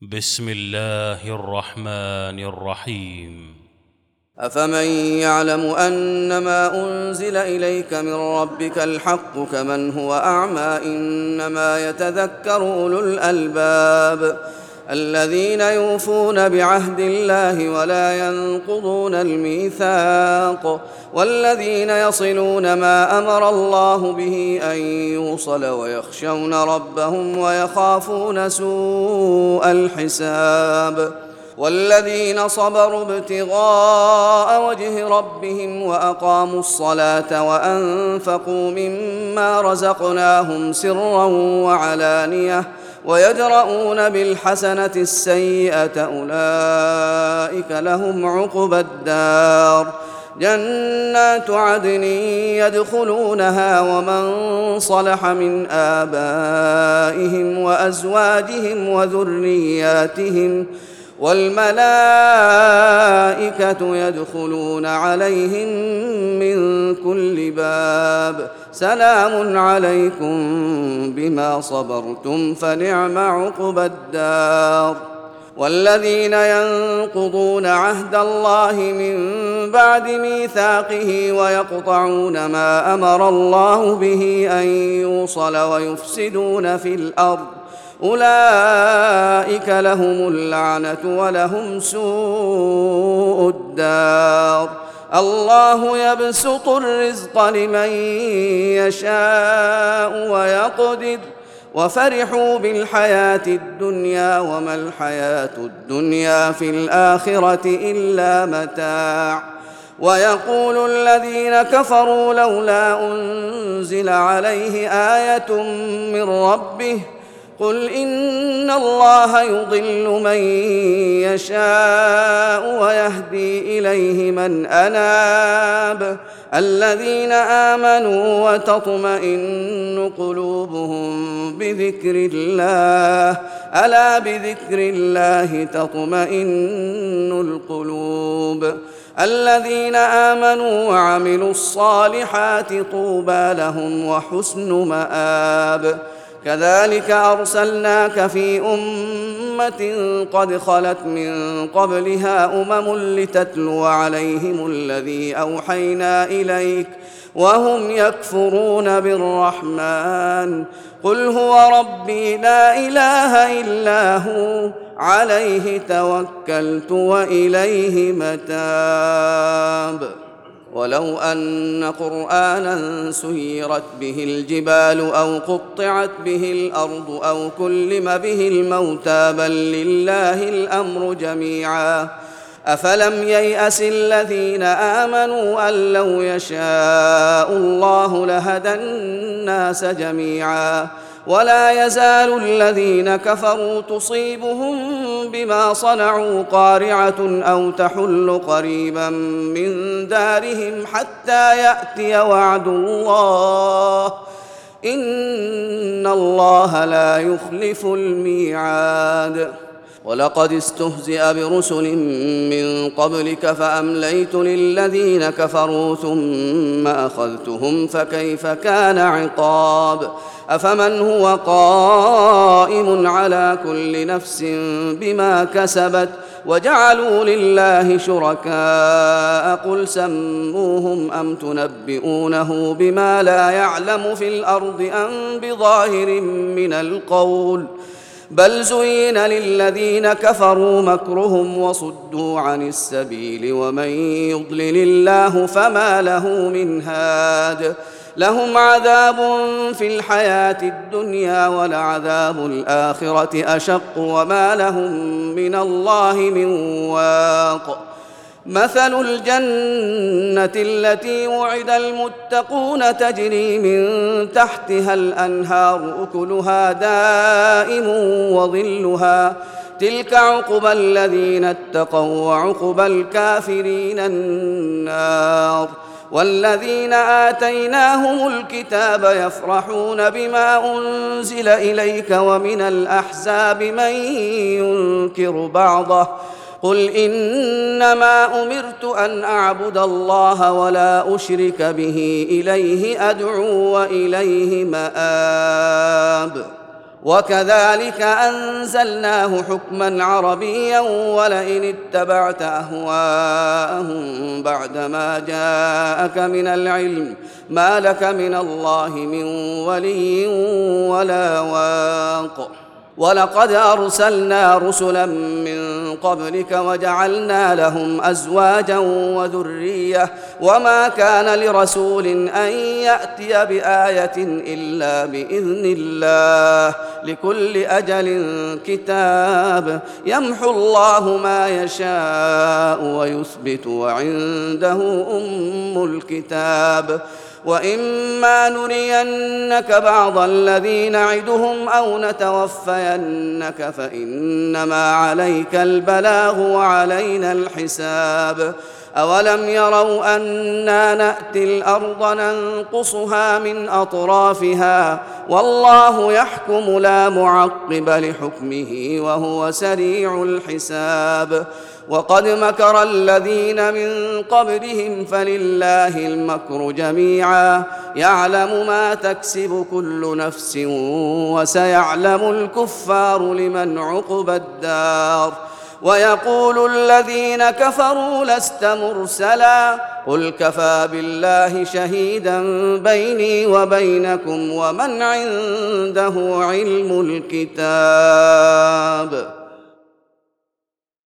بسم الله الرحمن الرحيم. أفمن يعلم أنما أنزل إليك من ربك الحق كمن هو أعمى إنما يتذكر أولو الألباب الذين يوفون بعهد الله ولا ينقضون الميثاق والذين يصلون ما أمر الله به أن يوصل ويخشون ربهم ويخافون سوء الحساب والذين صبروا ابتغاء وجه ربهم وأقاموا الصلاة وأنفقوا مما رزقناهم سرا وعلانية ويدرؤون بالحسنة السيئة أولئك لهم عقبى الدار جنات عدن يدخلونها ومن صلح من آبائهم وأزواجهم وذرياتهم والملائكة يدخلون عليهم من كل باب سلام عليكم بما صبرتم فنعم عقبى الدار والذين ينقضون عهد الله من بعد ميثاقه ويقطعون ما أمر الله به أن يوصل ويفسدون في الأرض أولئك لهم اللعنة ولهم سوء الدار الله يبسط الرزق لمن يشاء ويقدر وفرحوا بالحياة الدنيا وما الحياة الدنيا في الآخرة إلا متاع ويقول الذين كفروا لولا أنزل عليه آية من ربه قل إن الله يضل من يشاء ويهدي إليه من أناب الذين آمنوا وتطمئن قلوبهم بذكر الله ألا بذكر الله تطمئن القلوب الذين آمنوا وعملوا الصالحات طوبى لهم وحسن مآب كذلك أرسلناك في أمة قد خلت من قبلها لتتلو عليهم الذي أوحينا إليك وهم يكفرون بالرحمن قل هو ربي لا إله إلا هو عليه توكلت وإليه متاب ولو أن قرآنا سيرت به الجبال أو قطعت به الأرض أو كلم به الموتى بل لله الأمر جميعا أفلم ييأس الذين آمنوا أن لو يشاء الله لهدى الناس جميعا ولا يزال الذين كفروا تصيبهم بما صنعوا قارعة أو تحل قريبا من دارهم حتى يأتي وعد الله إن الله لا يخلف الميعاد ولقد استهزئ برسل من قبلك فأمليت للذين كفروا ثم أخذتهم فكيف كان عقاب أفمن هو قائم على كل نفس بما كسبت وجعلوا لله شركاء قل سموهم أم تنبئونه بما لا يعلم في الأرض أم بظاهر من القول بل زين للذين كفروا مكرهم وصدوا عن السبيل ومن يضلل الله فما له من هاد لهم عذاب في الحياة الدنيا ولعذاب الآخرة أشق وما لهم من الله من واق مثل الجنة التي وعد المتقون تجري من تحتها الأنهار أكلها دائم وظلها تلك عقبى الذين اتقوا وعقبى الكافرين النار والذين آتيناهم الكتاب يفرحون بما أنزل إليك ومن الأحزاب من ينكر بعضه قل إنما أمرت أن أعبد الله ولا أشرك به إليه أدعو وإليه مآب وكذلك أنزلناه حكما عربيا ولئن اتبعت أهواءهم بعدما جاءك من العلم ما لك من الله من ولي ولا واق. ولقد أرسلنا رسلا من قبلك وجعلنا لهم أزواجا وذرية وما كان لرسول أن يأتي بآية إلا بإذن الله لكل أجل كتاب يمحو الله ما يشاء ويثبت وعنده أم الكتاب. وإما نرينك بعض الذي نعدهم أو نتوفينك فإنما عليك البلاغ وعلينا الحساب. أولم يروا أنا نأتي الأرض ننقصها من أطرافها والله يحكم لا معقب لحكمه وهو سريع الحساب. وقد مكر الذين من قبلهم فلله المكر جميعا يعلم ما تكسب كل نفس وسيعلم الكفار لمن عقبى الدار. ويقول الذين كفروا لست مرسلا قل كفى بالله شهيدا بيني وبينكم ومن عنده علم الكتاب.